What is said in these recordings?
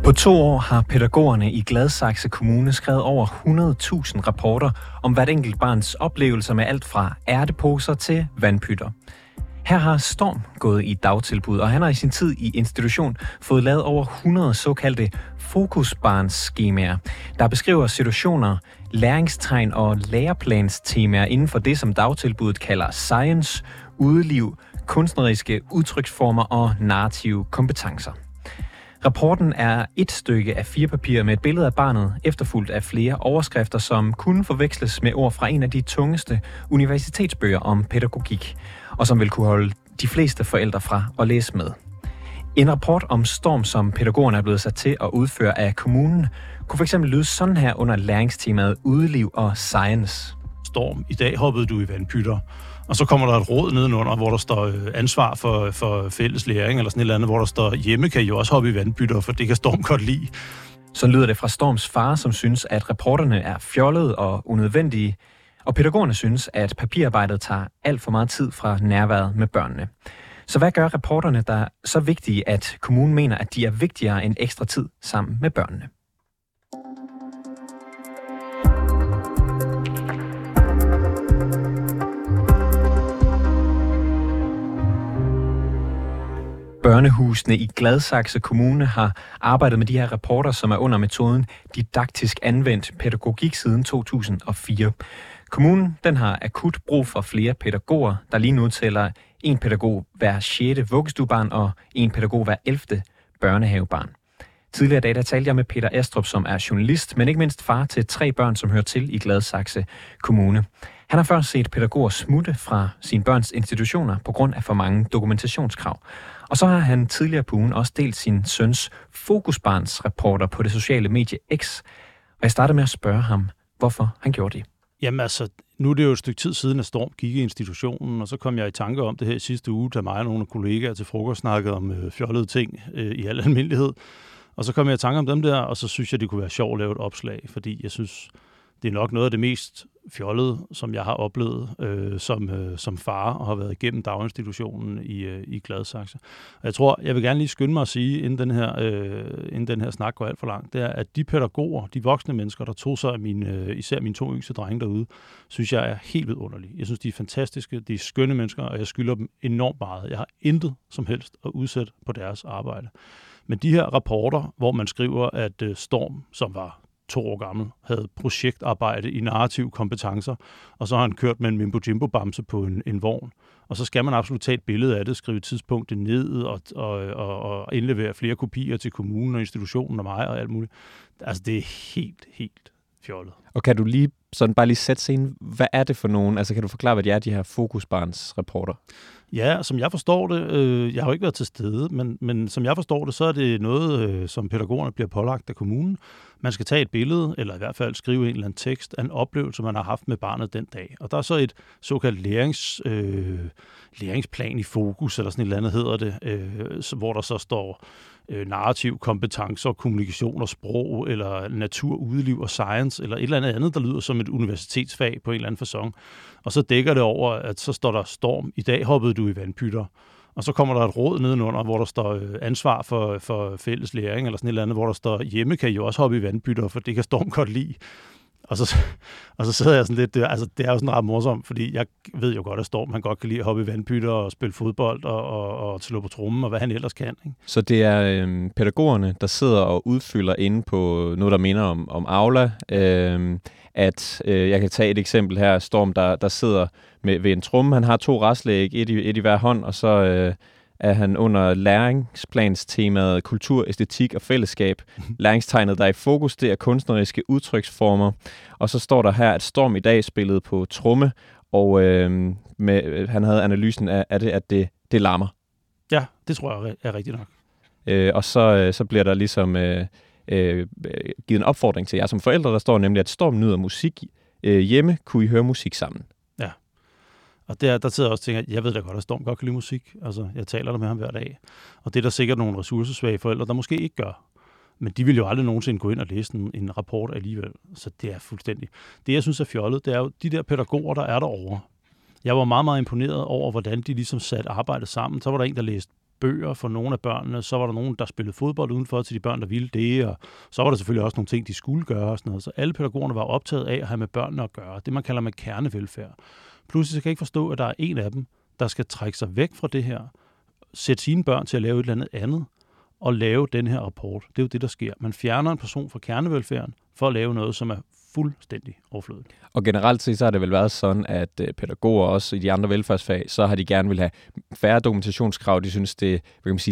På 2 år har pædagogerne i Gladsaxe Kommune skrevet over 100.000 rapporter om hvert enkelt barns oplevelser med alt fra ærteposer til vandpytter. Her har Storm gået i dagtilbud, og han har i sin tid i institution fået lavet over 100 såkaldte fokusbarnsskemaer, der beskriver situationer, læringstegn og læreplanstemaer inden for det, som dagtilbuddet kalder science, udeliv, kunstneriske udtryksformer og narrative kompetencer. Rapporten er et stykke af 4 papirer med et billede af barnet, efterfulgt af flere overskrifter, som kunne forveksles med ord fra en af de tungeste universitetsbøger om pædagogik, og som vil kunne holde de fleste forældre fra at læse med. En rapport om Storm, som pædagogerne er blevet sat til at udføre af kommunen, kunne fx lyde sådan her under læringstemaet udeliv og science. Storm, i dag hoppede du i vandpytter. Og så kommer der et råd nedenunder, hvor der står ansvar for fælles læring, eller sådan et eller andet, hvor der står, hjemme kan I jo også hoppe i vandpytter, for det kan Storm godt lide. Så lyder det fra Storms far, som synes, at rapporterne er fjollede og unødvendige, og pædagogerne synes, at papirarbejdet tager alt for meget tid fra nærværet med børnene. Så hvad gør rapporterne, der er så vigtige, at kommunen mener, at de er vigtigere end ekstra tid sammen med børnene? Børnehusene i Gladsaxe Kommune har arbejdet med de her rapporter, som er under metoden didaktisk anvendt pædagogik siden 2004. Kommunen den har akut brug for flere pædagoger, der lige nu tæller 1 pædagog hver 6. vuggestuebarn og 1 pædagog hver 11. børnehavebarn. Tidligere i dag der talte jeg med Peter Astrup, som er journalist, men ikke mindst far til 3 børn, som hører til i Gladsaxe Kommune. Han har først set pædagoger smutte fra sine børns institutioner på grund af for mange dokumentationskrav. Og så har han tidligere på ugen også delt sin søns fokusbarnsrapporter på det sociale medie X. Og jeg startede med at spørge ham, hvorfor han gjorde det. Jamen altså, nu er det jo et stykke tid siden, at Storm gik i institutionen, og så kom jeg i tanke om det her i sidste uge, da mig og nogle kollegaer til frokost snakkede om fjollede ting i al almindelighed. Og så kom jeg i tanke om dem der, og så synes jeg, det kunne være sjovt at lave et opslag, fordi jeg synes, det er nok noget af det mest fjollede, som jeg har oplevet som far og har været igennem daginstitutionen i Gladsaxe. Og jeg tror, jeg vil gerne lige skynde mig at sige, inden den her snak går alt for langt, det er, at de pædagoger, de voksne mennesker, der tog sig af især mine 2 yngste drenge derude, synes jeg er helt vidunderlige. Jeg synes, de er fantastiske, de er skønne mennesker, og jeg skylder dem enormt meget. Jeg har intet som helst at udsætte på deres arbejde. Men de her rapporter, hvor man skriver, at Storm, som var 2 år gammel, havde projektarbejde i narrative kompetencer, og så har han kørt med en Mimbo-Jimbo-bamse på en vogn. Og så skal man absolut tage et billede af det, skrive tidspunktet ned og indlevere flere kopier til kommunen og institutionen og mig og alt muligt. Altså, det er helt fjollet. Og kan du lige sådan bare lige sætte scenen, hvad er det for nogen? Altså, kan du forklare, hvad det er, de her fokusbarnsrapporter? Ja, som jeg forstår det, jeg har jo ikke været til stede, men som jeg forstår det, så er det noget, som pædagogerne bliver pålagt af kommunen. Man skal tage et billede, eller i hvert fald skrive en eller anden tekst af en oplevelse, man har haft med barnet den dag. Og der er så et såkaldt læringsplan i fokus, eller sådan et eller andet hedder det, hvor der så står narrativ kompetencer, kommunikation og sprog, eller natur, udeliv og science, eller et eller andet, der lyder som et universitetsfag på en eller anden facon. Og så dækker det over, at så står der Storm, i dag hoppede du i vandpytter. Og så kommer der et råd nedenunder, hvor der står ansvar for fælles læring, eller sådan et eller andet, hvor der står, hjemme kan I jo også hoppe i vandpytter, for det kan Storm godt lide. Og så sidder jeg sådan lidt, altså det er jo sådan ret morsomt, fordi jeg ved jo godt, at Storm han godt kan lide at hoppe i vandpytter og spille fodbold og slå på trommen og hvad han ellers kan. Ikke? Så det er pædagogerne, der sidder og udfylder inde på noget, der minder om Aula. Jeg kan tage et eksempel her, Storm, der sidder ved en tromme. Han har 2 raslæg, et i hver hånd, og så er han under læringsplanstemaet kultur, æstetik og fællesskab. Læringstegnet, der er i fokus, det er kunstneriske udtryksformer. Og så står der her, at Storm i dag spillede på tromme, og han havde analysen af det, at det larmer. Ja, det tror jeg er rigtigt nok. Og så bliver der ligesom givet en opfordring til jer som forældre. Der står nemlig, at Storm nyder musik. Hjemme kunne I høre musik sammen. Ja. Og der sidder jeg også og tænker, jeg ved da godt, at Storm godt kan lide musik. Altså, jeg taler der med ham hver dag. Og det er der sikkert nogle ressourcesvage forældre, der måske ikke gør. Men de vil jo aldrig nogensinde gå ind og læse en rapport alligevel. Så det er fuldstændig. Det, jeg synes er fjollet, det er jo de der pædagoger, der er derovre. Jeg var meget, meget imponeret over, hvordan de ligesom satte arbejdet sammen. Så var der en, der læste bøger for nogle af børnene, så var der nogen, der spillede fodbold udenfor til de børn, der ville det, og så var der selvfølgelig også nogle ting, de skulle gøre og sådan noget. Så alle pædagogerne var optaget af at have med børnene at gøre, det man kalder med kernevelfærd. Pludselig så kan jeg ikke forstå, at der er en af dem, der skal trække sig væk fra det her, sætte sine børn til at lave et eller andet, og lave den her rapport. Det er jo det, der sker. Man fjerner en person fra kernevelfærden for at lave noget, som er fuldstændig overflødigt. Og generelt set, så har det vel været sådan, at pædagoger også i de andre velfærdsfag, så har de gerne vil have færre dokumentationskrav. De synes, det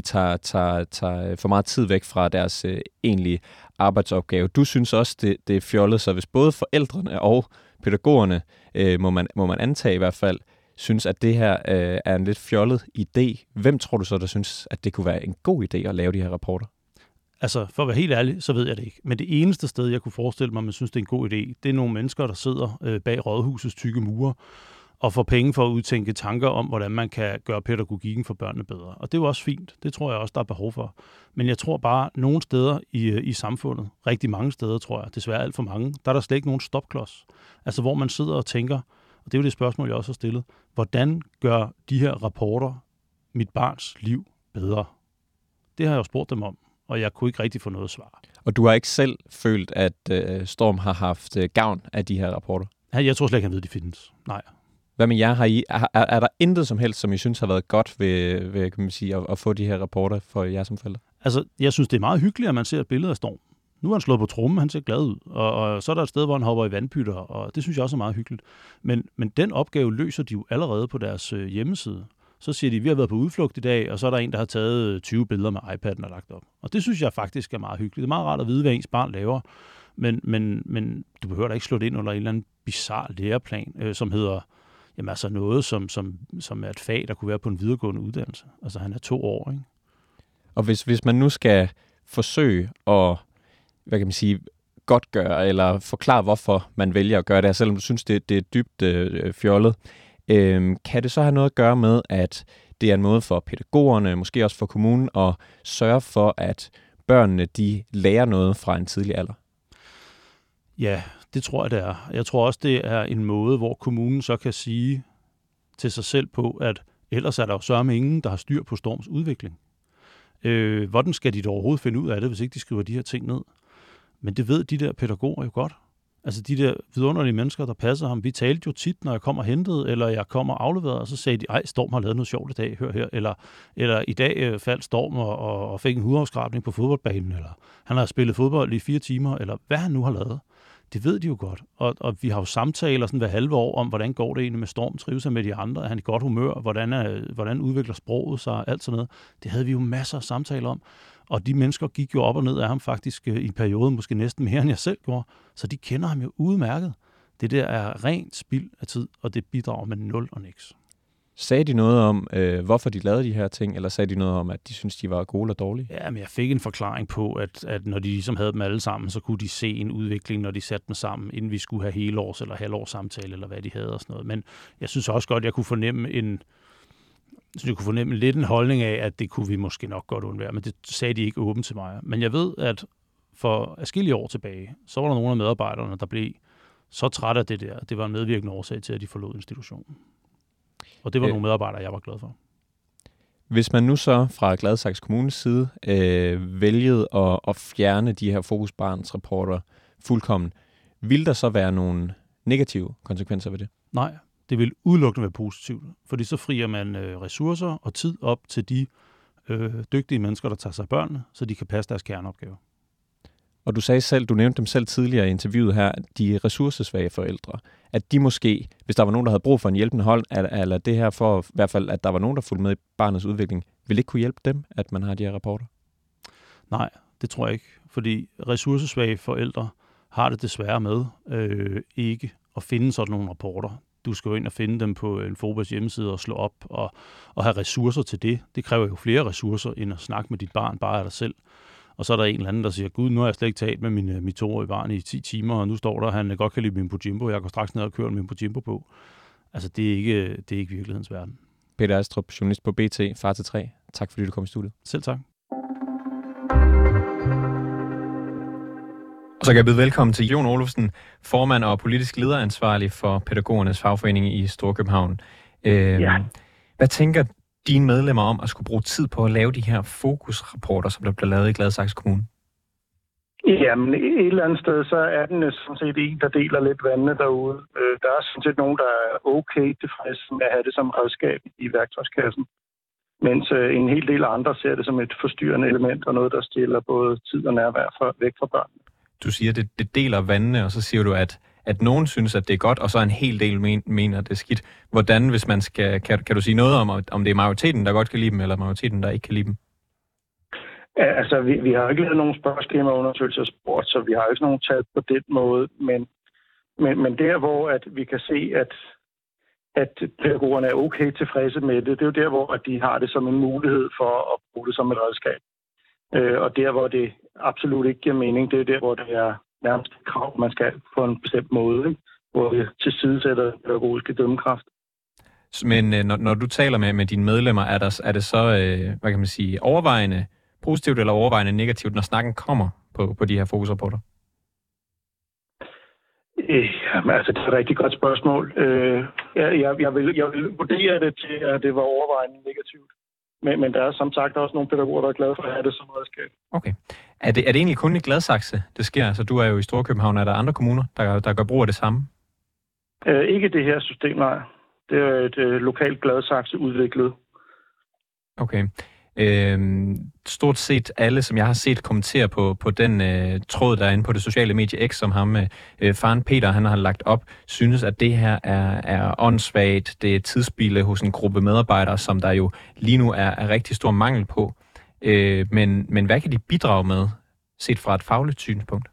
tager for meget tid væk fra deres egentlige arbejdsopgave. Du synes også, det er fjollet, så hvis både forældrene og pædagogerne, må man antage i hvert fald, synes, at det her er en lidt fjollet idé. Hvem tror du så, der synes, at det kunne være en god idé at lave de her rapporter? Altså, for at være helt ærlig, så ved jeg det ikke. Men det eneste sted, jeg kunne forestille mig, man synes, det er en god idé, det er nogle mennesker, der sidder bag rådhusets tykke mure og får penge for at udtænke tanker om, hvordan man kan gøre pædagogikken for børnene bedre. Og det er jo også fint. Det tror jeg også, der er behov for. Men jeg tror bare, nogle steder i samfundet, rigtig mange steder, tror jeg, desværre alt for mange, der er der slet ikke nogen stopklods. Altså, hvor man sidder og tænker, og det er jo det spørgsmål, jeg også har stillet, hvordan gør de her rapporter mit barns liv bedre? Det har jeg jo spurgt dem om, og jeg kunne ikke rigtig få noget svar. Og du har ikke selv følt, at Storm har haft gavn af de her rapporter? Jeg tror slet ikke, han ved, de findes. Nej. Hvad med jer? Er der intet som helst, som I synes har været godt ved kan man sige, at få de her rapporter for jer som forældre? Altså, jeg synes, det er meget hyggeligt, at man ser et billede af Storm. Nu er han slået på trommen, han ser glad ud, og så er der et sted, hvor han hopper i vandpytter, og det synes jeg også er meget hyggeligt. Men den opgave løser de jo allerede på deres hjemmeside. Så siger de, vi har været på udflugt i dag, og så er der en, der har taget 20 billeder med iPad'en og lagt op. Og det synes jeg faktisk er meget hyggeligt. Det er meget rart at vide, hvad ens barn laver, men du behøver da ikke slå det ind under en eller anden bizarre læreplan, som hedder jamen altså noget, som er et fag, der kunne være på en videregående uddannelse. Altså han er 2 år, ikke? Og hvis man nu skal forsøge at, hvad kan man sige, godtgøre eller forklare, hvorfor man vælger at gøre det her, selvom du synes, det er dybt fjollet, kan det så have noget at gøre med, at det er en måde for pædagogerne, måske også for kommunen, at sørge for, at børnene de lærer noget fra en tidlig alder? Ja, det tror jeg, det er. Jeg tror også, det er en måde, hvor kommunen så kan sige til sig selv på, at ellers er der jo sørme ingen, der har styr på Storms udvikling. Hvordan skal de da overhovedet finde ud af det, hvis ikke de skriver de her ting ned? Men det ved de der pædagoger jo godt. Altså de der vidunderlige mennesker, der passer ham. Vi talte jo tit, når jeg kom og hentede, eller jeg kom og afleverede, og så sagde de, ej, Storm har lavet noget sjovt i dag, hør her. Eller i dag faldt Storm og fik en hudafskrabning på fodboldbanen, eller han har spillet fodbold i 4 timer, eller hvad han nu har lavet. Det ved de jo godt. Og vi har jo samtaler sådan hver halve år om, hvordan går det egentlig med Storm, trives han med de andre, er han i godt humør, hvordan udvikler sproget sig, alt sådan noget. Det havde vi jo masser af samtaler om. Og de mennesker gik jo op og ned af ham faktisk i perioden, måske næsten mere end jeg selv gjorde. Så de kender ham jo udmærket. Det der er rent spild af tid, og det bidrager med 0 og niks. Sagde de noget om, hvorfor de lavede de her ting, eller sagde de noget om, at de synes de var gode eller dårlige? Ja, men jeg fik en forklaring på, at når de ligesom havde dem alle sammen, så kunne de se en udvikling, når de satte dem sammen, inden vi skulle have helårs- eller halvårs samtale, eller hvad de havde og sådan noget. Men jeg synes også godt, jeg kunne fornemme lidt en holdning af, at det kunne vi måske nok godt undvære, men det sagde de ikke åbent til mig. Men jeg ved, at for adskillige år tilbage, så var der nogle af medarbejderne, der blev så træt af det der. Det var en medvirkende årsag til, at de forlod institutionen. Og det var nogle medarbejdere, jeg var glad for. Hvis man nu så fra Gladsaxe Kommunes side vælgede at fjerne de her fokusbarnsrapporter fuldkommen, vil der så være nogle negative konsekvenser ved det? Nej, det vil udelukkende være positivt, fordi så frier man ressourcer og tid op til de dygtige mennesker, der tager sig af børnene, så de kan passe deres kerneopgave. Og du sagde selv, du nævnte dem selv tidligere i interviewet her, de ressourcesvage forældre, at de måske, hvis der var nogen, der havde brug for en hjælpende hånd, eller det her for i hvert fald, at der var nogen, der fulgte med i barnets udvikling, ville ikke kunne hjælpe dem, at man har de her rapporter? Nej, det tror jeg ikke, fordi ressourcesvage forældre har det desværre med ikke at finde sådan nogle rapporter. Du skal jo ind og finde dem på en Fobas hjemmeside og slå op og have ressourcer til det. Det kræver jo flere ressourcer, end at snakke med dit barn bare af dig selv. Og så er der en eller anden, der siger, gud, nu har jeg slet ikke talt med mit 2-årige barn i 10 timer, og nu står der, han godt kan lide min Pojimbo. Jeg går straks ned og kører min Pojimbo på. Altså, det er ikke virkelighedens verden. Peter Astrup, journalist på BT, far til 3. Tak fordi du kom i studiet. Selv tak. Og så kan jeg byde velkommen til Jon Olufsen, formand og politisk lederansvarlig for pædagogernes fagforening i Storkøbenhavn. Hvad tænker dine medlemmer om at skulle bruge tid på at lave de her fokusrapporter, som der bliver lavet i Gladsaxe Kommune? Jamen, et eller andet sted, så er den sådan set en, der deler lidt vandene derude. Der er sådan set nogen, der er okay tilfreds med at have det som redskab i værktøjskassen. Mens en hel del andre ser det som et forstyrrende element, og noget, der stiller både tid og nærvær væk fra børnene. Du siger, at det deler vandene, og så siger du, at nogen synes, at det er godt, og så en hel del mener, at det er skidt. Hvordan, hvis man skal... Kan du sige noget om det er majoriteten, der godt kan lide dem, eller majoriteten, der ikke kan lide dem? Ja, altså, vi har ikke lavet nogen spørgeskemaundersøgelser og spurgt, så vi har ikke nogen tal på den måde. Men der, hvor at vi kan se, at pædagogerne er okay tilfredse med det er jo der, hvor at de har det som en mulighed for at bruge det som et redskab. Og der, hvor det absolut ikke giver mening, det er der, hvor det er nærmest et krav, man skal på en bestemt måde, ikke? Hvor det tilsidesætter pædagogiske dømmekraft. Men når du taler med dine medlemmer, er det så, hvad kan man sige, overvejende positivt eller overvejende negativt, når snakken kommer på de her fokusrapporter? Altså, det er et rigtig godt spørgsmål. Jeg vil vurdere det til, at det var overvejende negativt. Men der er som sagt også nogle pædagoger, der er glade for at have det som redskab. Okay. Er det egentlig kun i Gladsaxe, det sker? Altså, du er jo i Storkøbenhavn. Er der andre kommuner, der gør brug af det samme? Ikke det her system, nej. Det er et lokalt Gladsaxe udviklet. Okay. Stort set alle, som jeg har set kommentere på den tråd, der er inde på det sociale medie X, som ham faren Peter, han har lagt op, synes, at det her er åndssvagt. Det er tidsspilde hos en gruppe medarbejdere, som der jo lige nu er rigtig stor mangel på. Men hvad kan de bidrage med, set fra et fagligt synspunkt?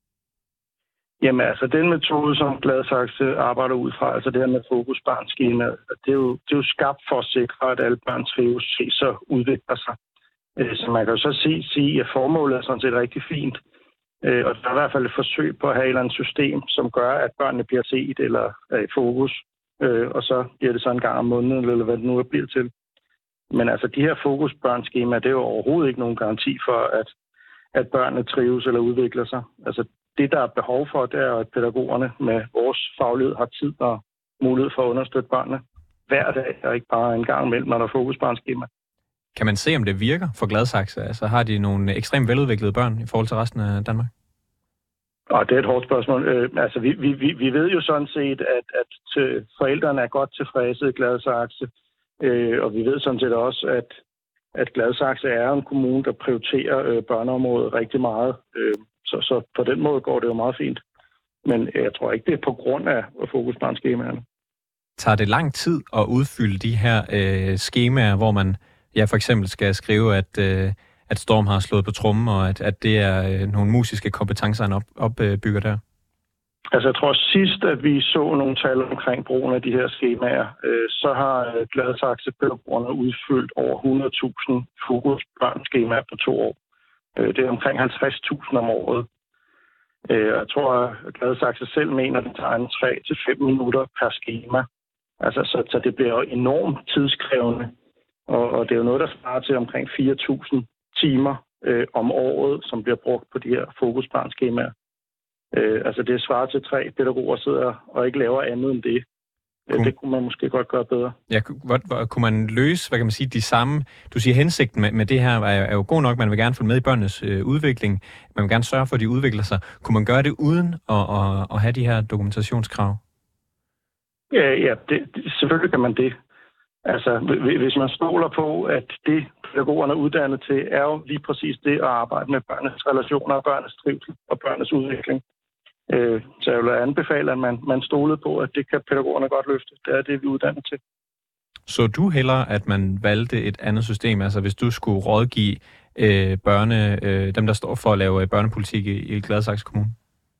Jamen altså, den metode, som Gladsaxe arbejder ud fra, altså det her med fokusbarnskemaet, det er jo skabt for at sikre, at alle børn trives, ses og udvikler sig. Så man kan jo så sige, at formålet er sådan set rigtig fint. Og der er i hvert fald et forsøg på at have et eller andet system, som gør, at børnene bliver set eller er i fokus. Og så bliver det så en gang om måneden, eller hvad det nu bliver til. Men altså, de her fokusbarnskemaer, det er jo overhovedet ikke nogen garanti for, at børnene trives eller udvikler sig. Altså, det, der er behov for, det er, at pædagogerne med vores faglighed har tid og mulighed for at understøtte børnene hver dag, og ikke bare en gang imellem, når der er fokusbarnskema. Kan man se, om det virker for Gladsaxe? Altså, har de nogle ekstremt veludviklede børn i forhold til resten af Danmark? Og det er et hårdt spørgsmål. Altså, vi ved jo sådan set, at forældrene er godt tilfredse i Gladsaxe, og vi ved sådan set også, at Gladsaxe er en kommune, der prioriterer børneområdet rigtig meget. Så på den måde går det jo meget fint. Men jeg tror ikke, det er på grund af fokusbarnskemaerne. Tager det lang tid at udfylde de her skemaer, hvor man for eksempel skal skrive, at Storm har slået på trommen, og at det er nogle musiske kompetencer, han opbygger der? Altså, jeg tror sidst, at vi så nogle tal omkring brugen af de her skemaer, så har Gladsaxe-pædagogerne udfyldt over 100.000 fokusbørnskemaer på 2 år. Det er omkring 50.000 om året. Jeg tror, at Gladsaxe selv mener, at det tager 3 til 5 minutter per skema. Altså, så det bliver jo enormt tidskrævende. Og det er jo noget, der svarer til omkring 4.000 timer om året, som bliver brugt på de her fokusbarnskemaer. Altså, det svarer til 3 pædagoger sidder og ikke laver andet end det. Det kunne man måske godt gøre bedre. Ja, kunne man løse, hvad kan man sige, de samme... Du siger, hensigten med det her er jo god nok. Man vil gerne følge med i børnenes udvikling. Man vil gerne sørge for, at de udvikler sig. Kunne man gøre det uden at have de her dokumentationskrav? Ja, selvfølgelig kan man det. Altså, hvis man stoler på, at det, pædagogerne er uddannet til, er jo lige præcis det at arbejde med børnenes relationer, børnenes trivsel og børnenes udvikling. Så jeg vil anbefale, at man stolede på, at det kan pædagogerne godt løfte. Det er det, vi er uddannet til. Så du hellere, at man valgte et andet system? Altså hvis du skulle rådgive dem, der står for at lave børnepolitik i Gladsaxe Kommune?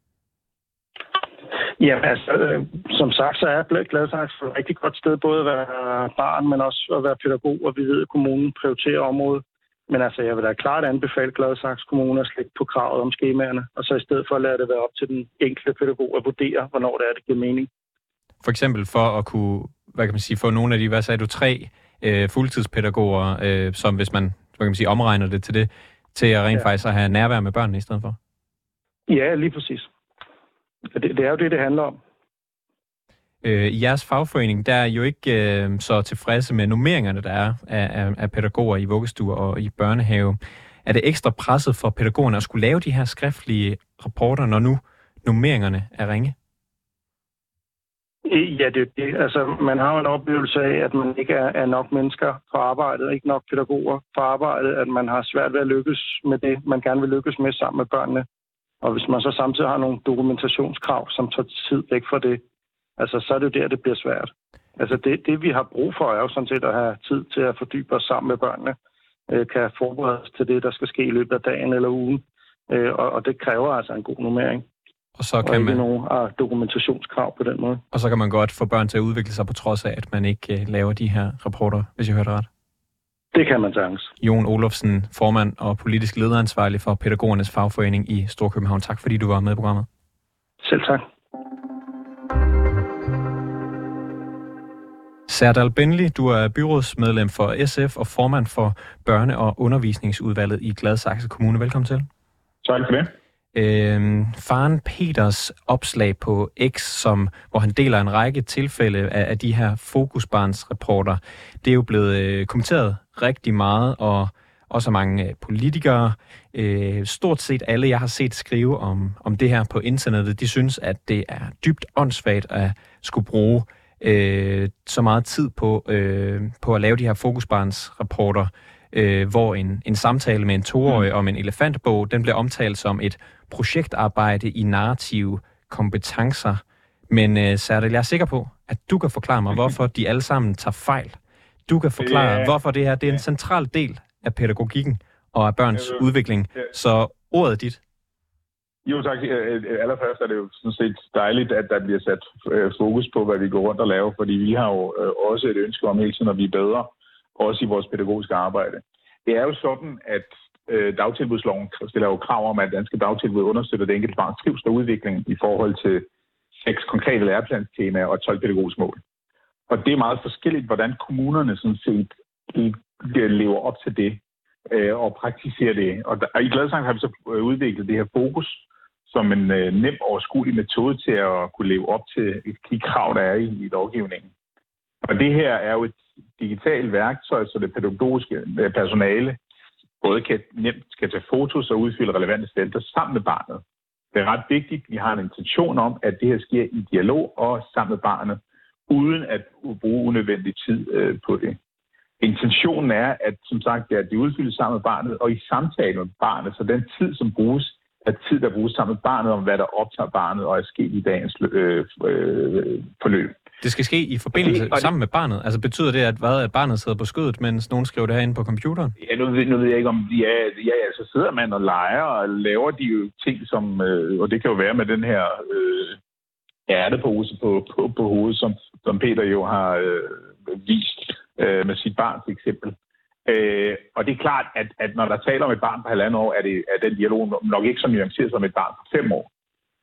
Ja, altså, som sagt, så er Gladsaxe et rigtig godt sted, både at være barn, men også at være pædagog, og vi ved, at kommunen prioriterer området. Men altså, jeg vil da klart anbefale Gladsaxe Kommune at slække på kravet om skemaerne, og så i stedet for at lade det være op til den enkelte pædagog at vurdere, hvornår det giver mening. For eksempel for at kunne, hvad kan man sige, få nogle af de, 3 fuldtidspædagoger, som hvis man, hvad kan man sige, omregner det til det, til at rent faktisk at have nærvær med børnene i stedet for? Ja, lige præcis. Det er jo det handler om. I jeres fagforening, der er jo ikke så tilfredse med normeringerne, der er af pædagoger i vuggestuer og i børnehave. Er det ekstra presset for pædagogerne at skulle lave de her skriftlige rapporter, når nu normeringerne er ringe? Ja, det er det. Altså, man har jo en oplevelse af, at man ikke er nok mennesker på arbejdet, ikke nok pædagoger på arbejdet, at man har svært ved at lykkes med det, man gerne vil lykkes med sammen med børnene. Og hvis man så samtidig har nogle dokumentationskrav, som tager tid væk fra det, altså, så er det jo der, det bliver svært. Altså, det vi har brug for, er jo sådan set at have tid til at fordybe os sammen med børnene, kan forberede os til det, der skal ske i løbet af dagen eller ugen. Og det kræver altså en god normering. Og så kan man nogle dokumentationskrav på den måde. Og så kan man godt få børn til at udvikle sig på trods af, at man ikke laver de her rapporter, hvis jeg hørte ret. Det kan man sagtens. Jon Olofsen, formand og politisk lederansvarlig for Pædagogernes Fagforening i Storkøbenhavn. Tak fordi du var med i programmet. Selv tak. Serdal Benli, du er byrådsmedlem for SF og formand for Børne- og Undervisningsudvalget i Gladsaxe Kommune. Velkommen til. Tak for det. Faren Peters opslag på X, hvor han deler en række tilfælde af de her fokusbarnsrapporter, det er jo blevet kommenteret rigtig meget, og også mange politikere. Stort set alle, jeg har set skrive om det her på internettet, de synes, at det er dybt åndssvagt at skulle bruge så meget tid på at lave de her fokusbarnsrapporter, hvor en samtale med en 2-årig om en elefantbog, den bliver omtalt som et projektarbejde i narrative kompetencer. Men Serdal, jeg er sikker på, at du kan forklare mig, hvorfor de alle sammen tager fejl. Du kan forklare, hvorfor det her det er en central del af pædagogikken og af børns udvikling. Så ordet er dit. Jo tak. Allerførst er det jo sådan set dejligt, at der bliver sat fokus på, hvad vi går rundt og laver, fordi vi har jo også et ønske om hele tiden at blive bedre, også i vores pædagogiske arbejde. Det er jo sådan, at dagtilbudsloven stiller jo krav om, at danske dagtilbud understøtter det enkelte barns trivsel og udvikling i forhold til 6 konkrete læreplanstemaer og 12 pædagogiske mål. Og det er meget forskelligt, hvordan kommunerne sådan set lever op til det og praktiserer det. Og i Gladsaxe har vi så udviklet det her fokus som en nem overskuelig metode til at kunne leve op til de krav, der er i lovgivningen. Og det her er jo et digitalt værktøj, så det pædagogiske personale både nemt kan tage fotos og udfylde relevante felter sammen med barnet. Det er ret vigtigt, at vi har en intention om, at det her sker i dialog og sammen med barnet, uden at bruge unødvendig tid på det. Intentionen er, at som sagt, at det udfyldes sammen med barnet og i samtale med barnet, så den tid, som bruges, er tid, der bruges sammen med barnet om, hvad der optager barnet og er sket i dagens forløb. Det skal ske i forbindelse sammen med barnet? Altså betyder det, at barnet sidder på skødet, mens nogen skriver det herinde på computeren? Ja, nu ved jeg ikke, om de er... Ja, så sidder man og leger og laver de jo ting, som... og det kan jo være med den her ærtepose på hovedet, som Peter jo har vist med sit barns eksempel. Og det er klart, at når der taler om et barn på 1,5 år, er den dialog nok ikke så nuanceret som et barn på 5 år.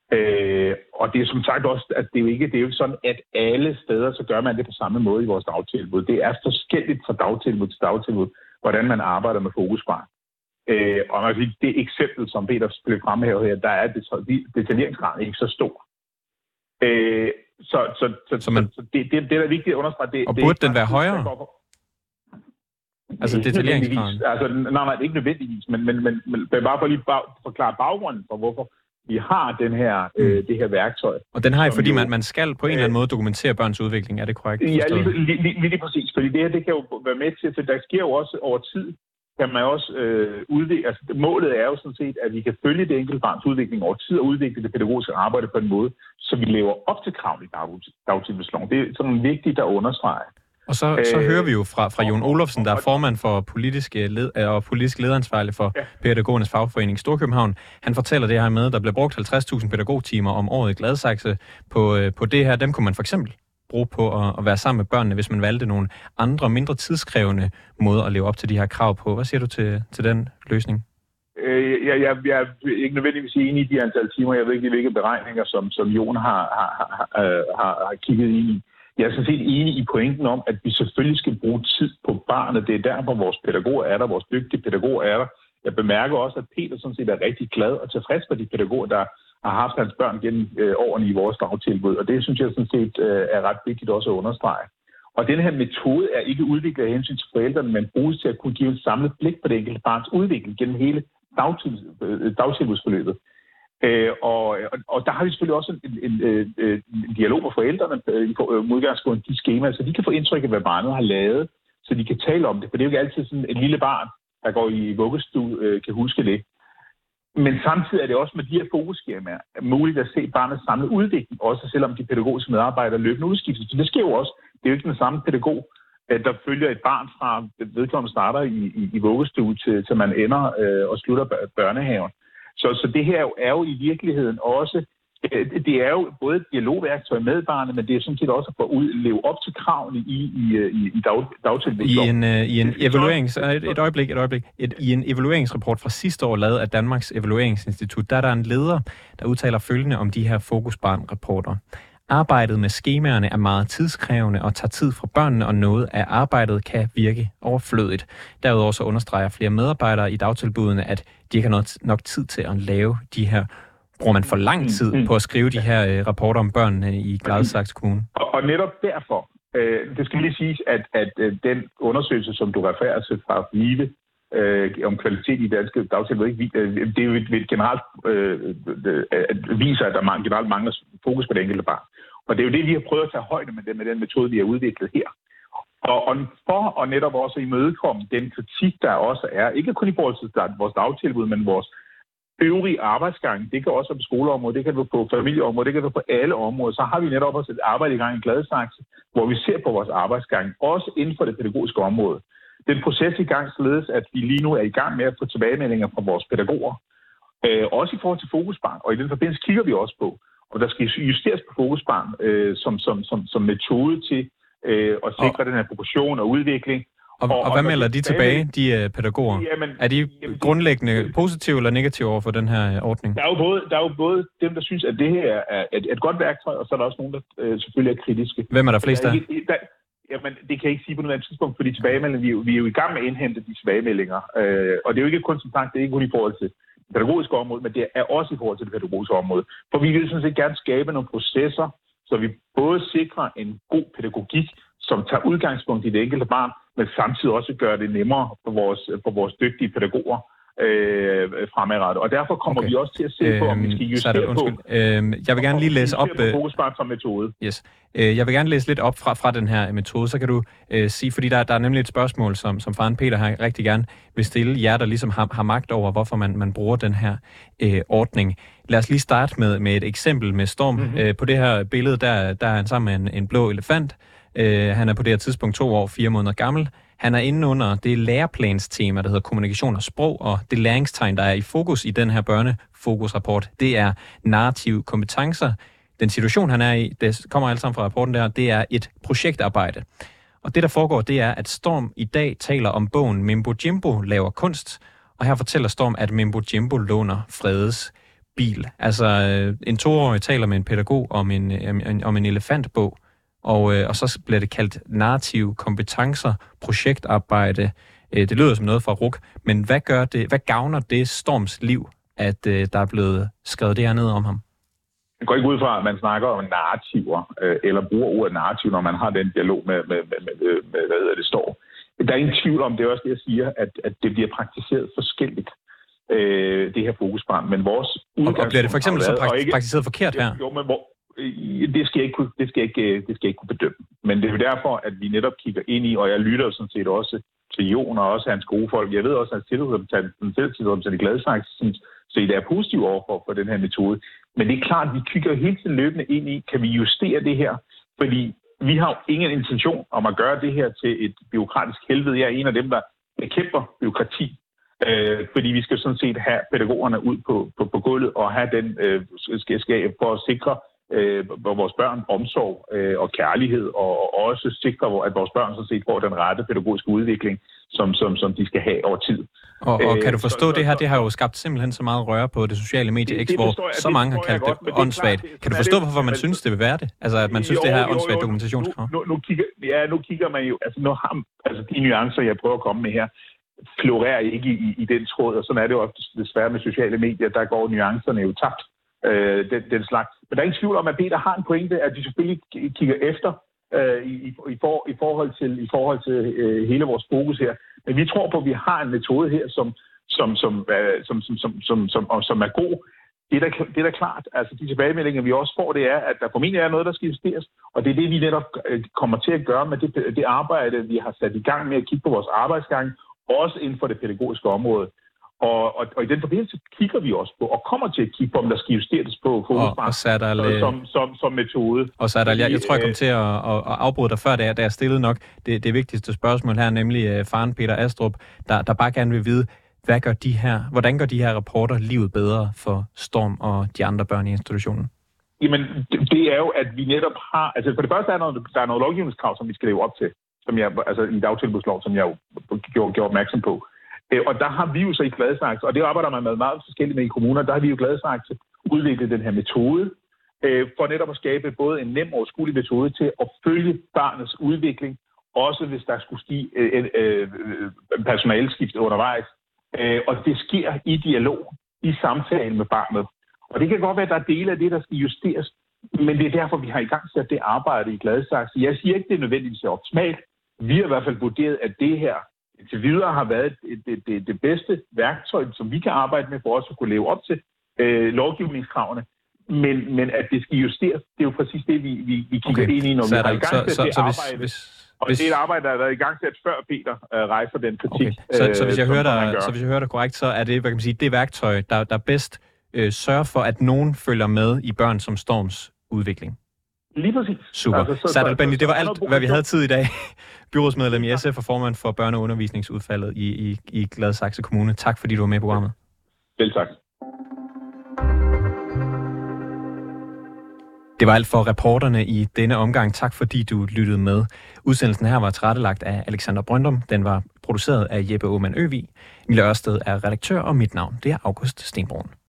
Og det er som sagt også, at det er jo sådan, at alle steder, så gør man det på samme måde i vores dagtilbud. Det er forskelligt fra dagtilbud til dagtilbud, hvordan man arbejder med fokusbarn. Og man kan sige, det eksempel, som Peter blev fremhævet her, der er detaljeringsgraden ikke så stor. Så det er vigtigt at understrege. Og burde den være højere? Altså detaljeringsgraden? Altså, nej, ikke nødvendigvis, men bare for lige forklare baggrunden for, hvorfor vi har det her værktøj. Og den har I, fordi man skal på en eller anden måde dokumentere børns udvikling, er det korrekt? Ja, lige præcis, fordi det kan jo være med til, for der sker jo også over tid, kan man også udvikle, altså målet er jo sådan set, at vi kan følge det enkelte barns udvikling over tid og udvikle det pædagogiske arbejde på en måde, så vi lever op til kravene i dagtilbudsloven. Det er sådan vigtigt at understrege. Og så hører vi jo fra Jon Olofsen, der er formand for politisk lederansvarlig for Pædagogernes Fagforening Storkøbenhavn. Han fortæller det her med, at der bliver brugt 50.000 pædagogtimer om året i Gladsaxe på det her. Dem kunne man for eksempel bruge på at være sammen med børnene, hvis man valgte nogle andre, mindre tidskrævende måder at leve op til de her krav på. Hvad siger du til den løsning? Jeg er ikke nødvendigvis enig i de antal timer. Jeg ved ikke, hvilke beregninger, som Jon har kigget ind i. Jeg er sådan set enig i pointen om, at vi selvfølgelig skal bruge tid på barnet. Det er der, hvor vores pædagoger er der, vores dygtige pædagoger er der. Jeg bemærker også, at Peter sådan set er rigtig glad og tilfreds for de pædagoger, der har haft hans børn gennem årene i vores dagtilbud. Og det synes jeg sådan set er ret vigtigt også at understrege. Og den her metode er ikke udviklet af hensyn til forældrene, men bruges til at kunne give et samlet blik på det enkelte barns udvikling gennem hele dagtilbudsforløbet. Og der har vi selvfølgelig også en dialog med forældrene i udgangspunkt de skemaer, så de kan få indtryk af, hvad barnet har lavet, så de kan tale om det. For det er jo ikke altid sådan et lille barn, der går i vuggestue, kan huske det. Men samtidig er det også med de her fokusskemaer muligt at se barnets samlede udvikling, også selvom de pædagogiske medarbejdere løbende udskiftes. Så det sker jo også. Det er jo ikke den samme pædagog, der følger et barn fra vedkommende starter i vuggestue til man ender og slutter børnehaven. Så det her er jo i virkeligheden også, det er jo både et dialogværktøj med barnet, men det er sådan set også at leve op til kravene i dagtilbudsloven. I en I en evalueringsrapport fra sidste år, lavet af Danmarks Evalueringsinstitut, der er en leder, der udtaler følgende om de her fokusbarn-rapporter. Arbejdet med skemaerne er meget tidskrævende og tager tid fra børnene, og noget af arbejdet kan virke overflødigt. Derudover så understreger flere medarbejdere i dagtilbudene, at de ikke har nok tid til at lave de her. Bruger man for lang tid på at skrive de her rapporter om børnene i Gladsaxe Kommune? Og netop derfor, det skal lige siges, at den undersøgelse, som du refererer til fra VIVE, om kvalitet i danske dagtilbud, det er jo et generelt viser, at der generelt mangler fokus på det enkelte barn. Og det er jo det, vi har prøvet at tage højde med den metode, vi har udviklet her. Og for at netop også imødekomme den kritik, der også er, ikke kun i forhold til vores dagtilbud, men vores øvrige arbejdsgang, det kan også være på skoleområdet, det kan være på familieområdet, det kan være på alle områder, så har vi netop også et arbejde i gang i Gladsaxe, hvor vi ser på vores arbejdsgang, også inden for det pædagogiske område. Den proces i gang således, at vi lige nu er i gang med at få tilbagemeldinger fra vores pædagoger, også i forhold til fokusbarn, og i den forbindelse kigger vi også på, og der skal justeres på fokusbarn som metode til at sikre den her proportion og udvikling. Og hvad melder de tilbage, de pædagoger? Jamen, er de grundlæggende positive eller negative over for den her ordning? Der er jo både dem, der synes, at det her er et godt værktøj, og så er der også nogen, der selvfølgelig er kritiske. Hvem er der flest af? Jamen, det kan jeg ikke sige på noget tidspunkt, fordi tilbagemeldinger, vi er jo i gang med at indhente de tilbagemeldinger. Og det er jo ikke kun, som sagt, det er ikke kun i forhold til det pædagogiske område, men det er også i forhold til det pædagogiske område. For vi vil sådan set gerne skabe nogle processer, så vi både sikrer en god pædagogik, som tager udgangspunkt i det enkelte barn, men samtidig også gør det nemmere for vores dygtige pædagoger fremadrettet. Og derfor kommer vi også til at se på, om vi skal justere på. Jeg vil gerne lige læse op fokusbarn som metode. Yes. Jeg vil gerne læse lidt op fra den her metode, så kan du sige, fordi der er nemlig et spørgsmål, som faren Peter her rigtig gerne vil stille jer, der ligesom har magt over, hvorfor man bruger den her ordning. Lad os lige starte med et eksempel med Storm. På det her billede, der er han sammen med en blå elefant. Han er på det her tidspunkt 2 år, 4 måneder gammel. Han er inde under det læreplanstema, der hedder kommunikation og sprog, og det læringstegn, der er i fokus i den her børnefokusrapport, det er narrative kompetencer. Den situation, han er i, det kommer alt sammen fra rapporten der, det er et projektarbejde. Og det, der foregår, det er, at Storm i dag taler om bogen Mimbo Jimbo laver kunst, og her fortæller Storm, at Mimbo Jimbo låner Fredes bil. Altså, en 2-årig taler med en pædagog om en elefantbog, og så bliver det kaldt narrative kompetencer, projektarbejde. Det lyder som noget fra RUC, men hvad gavner det Storms liv, at der er blevet skrevet det her ned om ham? Jeg går ikke ud fra, at man snakker om narrativer, eller bruger ordet narrativ, når man har den dialog med hvad hedder det, står. Der er ingen tvivl om, det er også det, jeg siger, at det bliver praktiseret forskelligt, det her fokusbarn. Men vores udgangspunkt... Og bliver det for eksempel så praktiseret forkert her? Jo, men det skal jeg ikke kunne bedømme. Men det er jo derfor, at vi netop kigger ind i, og jeg lytter sådan set også til Jon og også hans gode folk. Jeg ved også, at hans tillidsrepræsentant i Gladsaxe så det er positivt overfor for den her metode. Men det er klart, at vi kigger hele tiden løbende ind i, kan vi justere det her? Fordi vi har jo ingen intention om at gøre det her til et bureaukratisk helvede. Jeg er en af dem, der bekæmper bureaukrati. Fordi vi skal sådan set have pædagogerne ud på gulvet og have den skab for at sikre vores børn omsorg og kærlighed, og også sikre, at vores børn sådan set får den rette pædagogiske udvikling, som de skal have over tid. Og kan du forstå det her? Det har jo skabt simpelthen så meget røre på det sociale medie X, hvor så mange har kaldt det åndssvagt. Kan du forstå, hvorfor man synes, det vil være det? Altså, at man synes, det her er åndssvagt dokumentationskrav? Nu kigger man jo... Altså, de nuancer, jeg prøver at komme med her, florerer ikke i den tråd, og sådan er det jo desværre med sociale medier. Der går nuancerne jo tabt. den slags. Men der er ingen tvivl om, at Peter har en pointe, at de selvfølgelig kigger efter i forhold til hele vores fokus her. Men vi tror på, at vi har en metode her, som er god. Det er da klart. Altså de tilbagemeldinger, vi også får, det er, at der formentlig er noget, der skal justeres. Og det er det, vi netop kommer til at gøre med det arbejde, vi har sat i gang med at kigge på vores arbejdsgang, også inden for det pædagogiske område. Og i den forbindelse kigger vi også på, og kommer til at kigge på, om der skal justeres på som metode. Og så er der, jeg tror, jeg kom til at afbryde dig før, da jeg stillede nok det vigtigste spørgsmål her, nemlig faren Peter Astrup, der bare gerne vil vide, hvordan gør de her rapporter livet bedre for Storm og de andre børn i institutionen? Jamen, det er jo, at vi netop har... Altså, for det første der er noget lovgivningskrav, som vi skal leve op til, i dagtilbudslov, som jeg jo gjorde opmærksom på. Og der har vi jo så i Gladsaxe, og det arbejder man med meget forskelligt med i kommuner, der har vi jo i Gladsaxe udviklet den her metode, for netop at skabe både en nem overskuelig metode til at følge barnets udvikling, også hvis der skulle ske personaleskift undervejs. Og det sker i dialog, i samtale med barnet. Og det kan godt være, at der er dele af det, der skal justeres, men det er derfor, vi har i gang sat det arbejde i Gladsaxe. Jeg siger ikke, det er nødvendigvis optimalt. Vi har i hvert fald vurderet, at det her til videre har været det bedste værktøj, som vi kan arbejde med for os at kunne leve op til lovgivningskravene. Men at det skal justeres, det er jo præcis det, vi kigger ind i, når vi har i gang sat det arbejde. Og det er et arbejde, der har været i gang sat før Peter rejser den kritik. Okay. Så hvis jeg hører dig korrekt, så er det, hvad kan man sige, det værktøj, der bedst sørger for, at nogen følger med i børn som Storms udvikling. Lige præcis. Super. Altså, Serdal Benli, det var alt, hvad vi havde tid i dag. Byrådsmedlem i SF og formand for børne- og undervisningsudvalget i Gladsaxe Kommune. Tak fordi du var med i programmet. Selv tak. Det var alt for reporterne i denne omgang. Tak fordi du lyttede med. Udsendelsen her var tilrettelagt af Alexander Brøndum. Den var produceret af Jeppe Aumann Øvig. Mille Ørsted er redaktør, og mit navn det er August Stenbrun.